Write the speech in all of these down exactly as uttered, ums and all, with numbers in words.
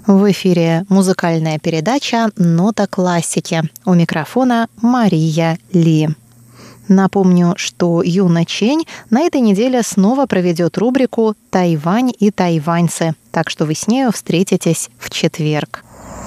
В эфире музыкальная передача «Нота классики». У микрофона Мария Ли. Напомню, что Юна Чень на этой неделе снова проведет рубрику «Тайвань и тайваньцы», так что вы с нею встретитесь в четверг.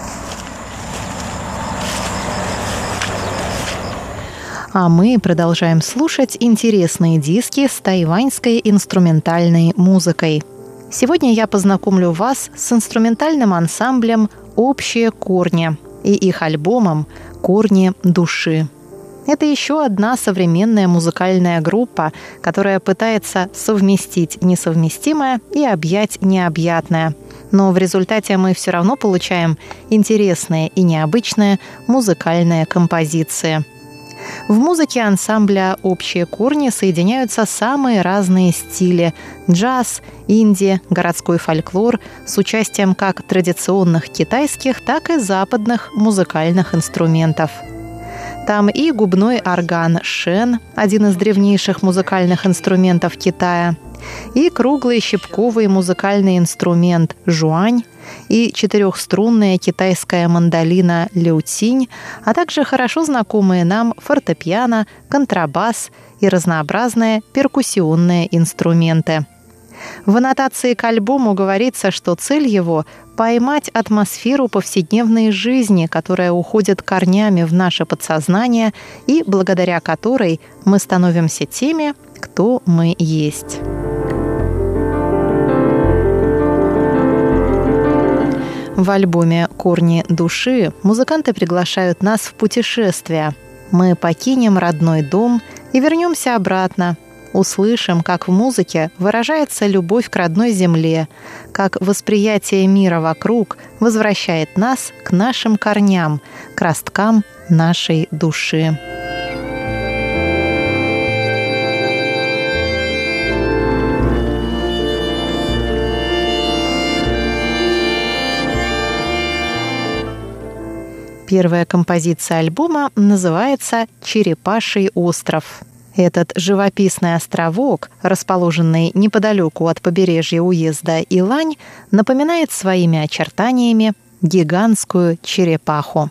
А мы продолжаем слушать интересные диски с тайваньской инструментальной музыкой. Сегодня я познакомлю вас с инструментальным ансамблем «Общие корни» и их альбомом «Корни души». Это еще одна современная музыкальная группа, которая пытается совместить несовместимое и объять необъятное. Но в результате мы все равно получаем интересные и необычные музыкальные композиции. В музыке ансамбля «Общие корни» соединяются самые разные стили – джаз, инди, городской фольклор с участием как традиционных китайских, так и западных музыкальных инструментов. Там и губной орган шэн, один из древнейших музыкальных инструментов Китая, и круглый щипковый музыкальный инструмент жуань, и четырехструнная китайская мандолина лютинь, а также хорошо знакомые нам фортепиано, контрабас и разнообразные перкуссионные инструменты. В аннотации к альбому говорится, что цель его – поймать атмосферу повседневной жизни, которая уходит корнями в наше подсознание и благодаря которой мы становимся теми, кто мы есть. В альбоме «Корни души» музыканты приглашают нас в путешествие. Мы покинем родной дом и вернемся обратно. Услышим, как в музыке выражается любовь к родной земле, как восприятие мира вокруг возвращает нас к нашим корням, к росткам нашей души. Первая композиция альбома называется «Черепаший остров». Этот живописный островок, расположенный неподалеку от побережья уезда Илань, напоминает своими очертаниями гигантскую черепаху.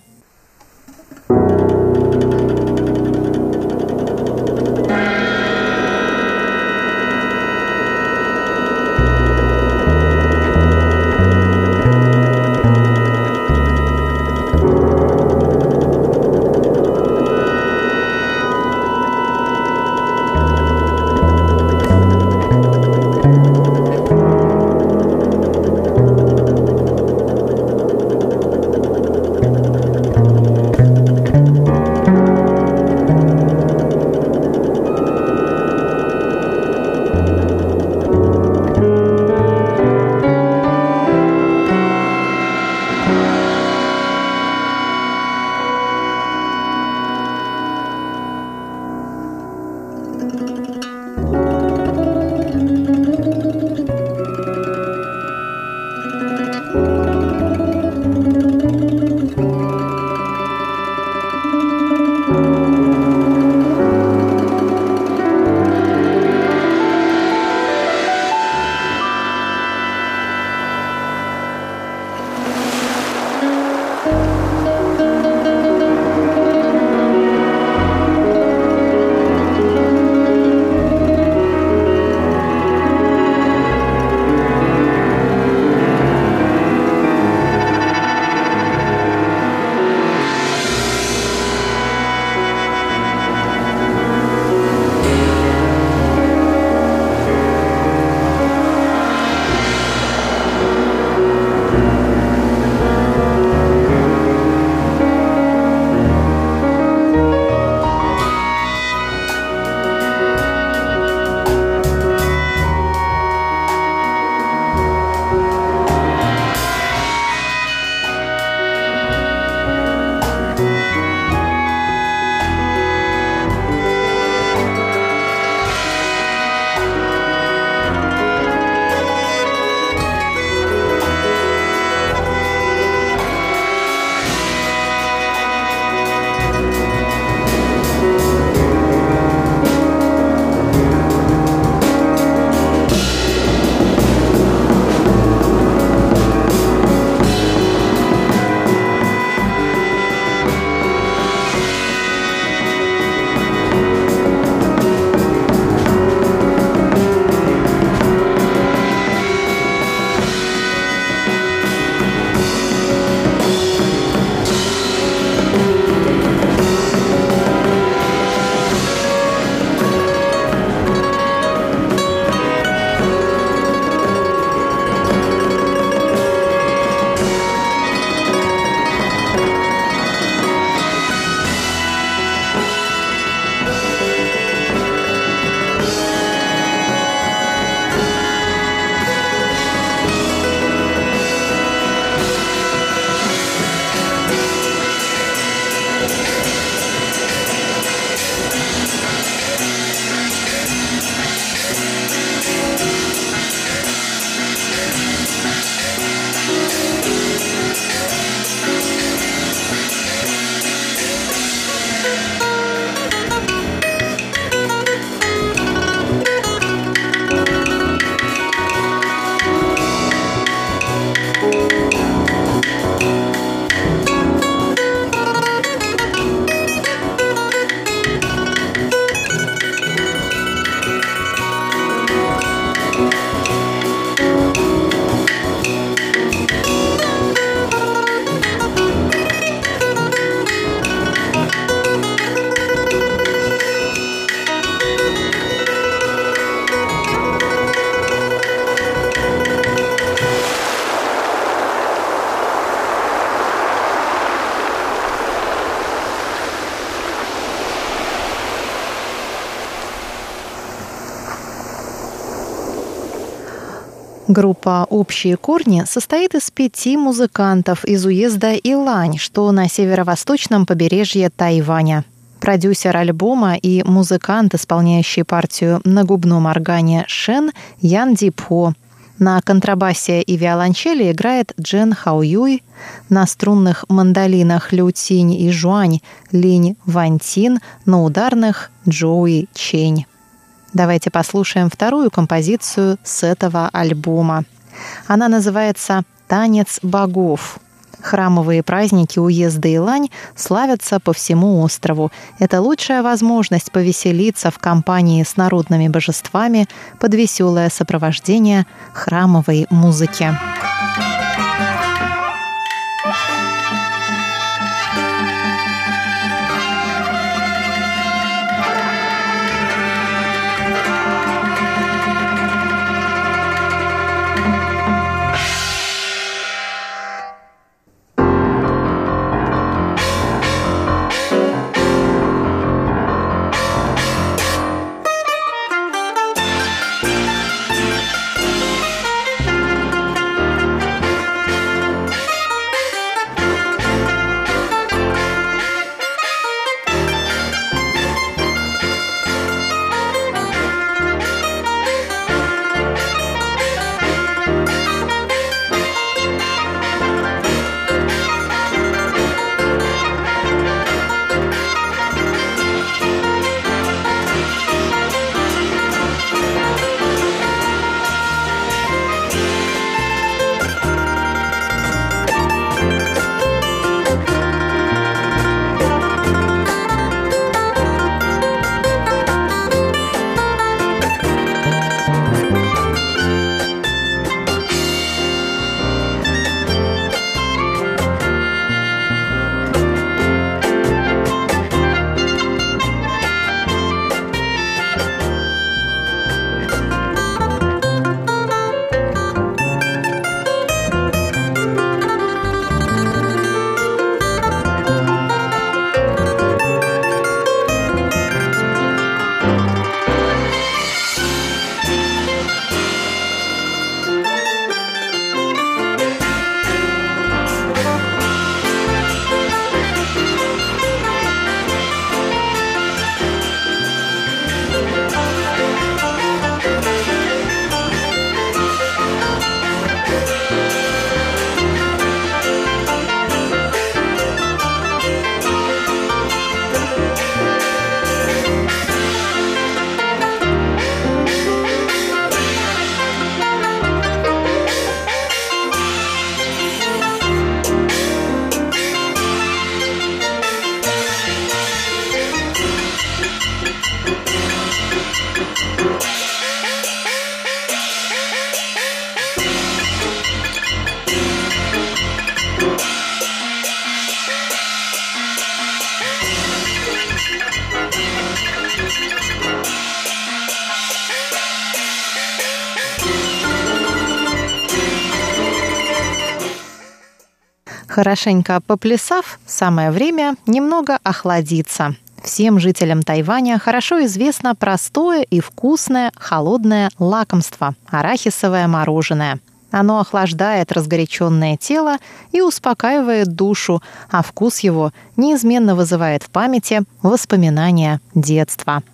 Группа «Общие корни» состоит из пяти музыкантов из уезда Илань, что на северо-восточном побережье Тайваня. Продюсер альбома и музыкант, исполняющий партию на губном органе Шен Ян Дипо. На контрабасе и виолончели играет Джен Хаоюй, на струнных мандолинах Лю Цинь и Жуань Линь Вантин, на ударных Джоуи Чень. Давайте послушаем вторую композицию с этого альбома. Она называется «Танец богов». Храмовые праздники уезда Илань славятся по всему острову. Это лучшая возможность повеселиться в компании с народными божествами под веселое сопровождение храмовой музыки. Хорошенько поплясав, самое время немного охладиться. Всем жителям Тайваня хорошо известно простое и вкусное холодное лакомство – арахисовое мороженое. Оно охлаждает разгоряченное тело и успокаивает душу, а вкус его неизменно вызывает в памяти воспоминания детства.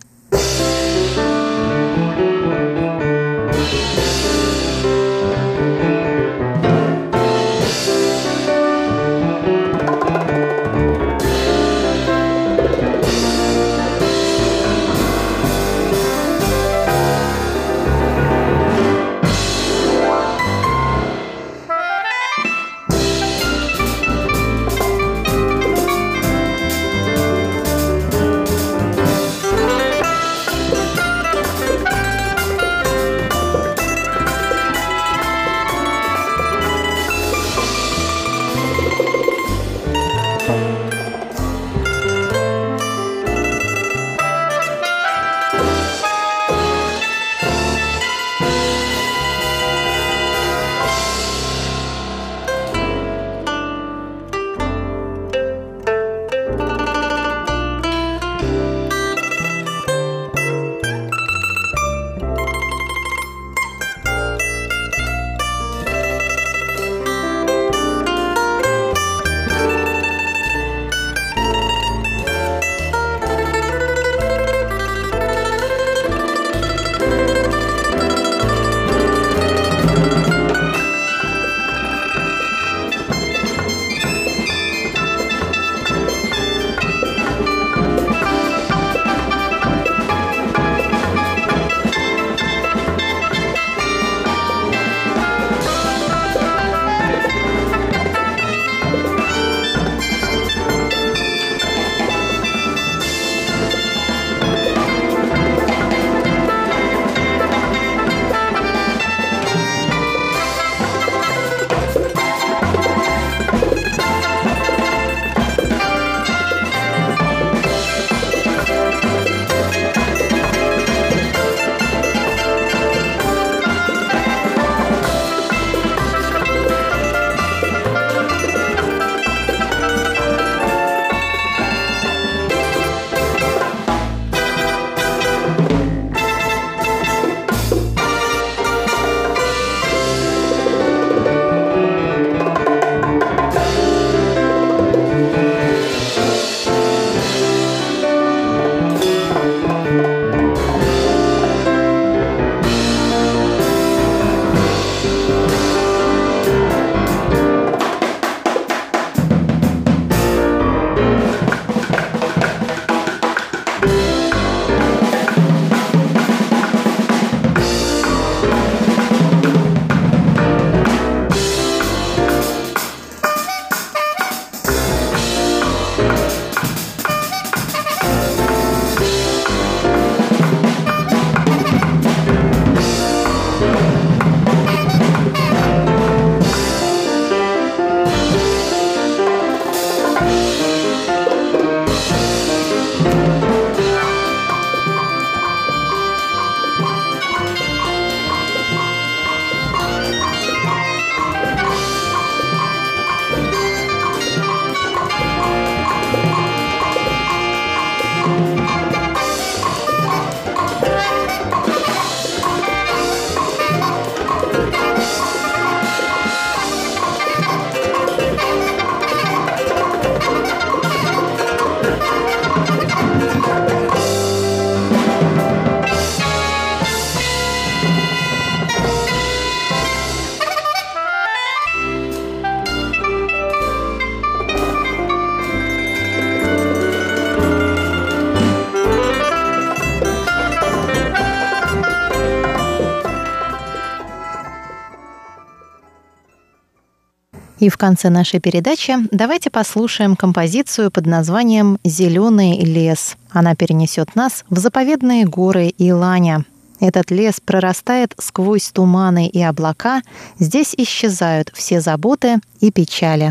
И в конце нашей передачи давайте послушаем композицию под названием «Зеленый лес». Она перенесет нас в заповедные горы Иланя. Этот лес прорастает сквозь туманы и облака, здесь исчезают все заботы и печали.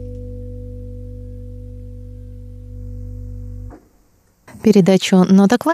Передачу «Нота классика»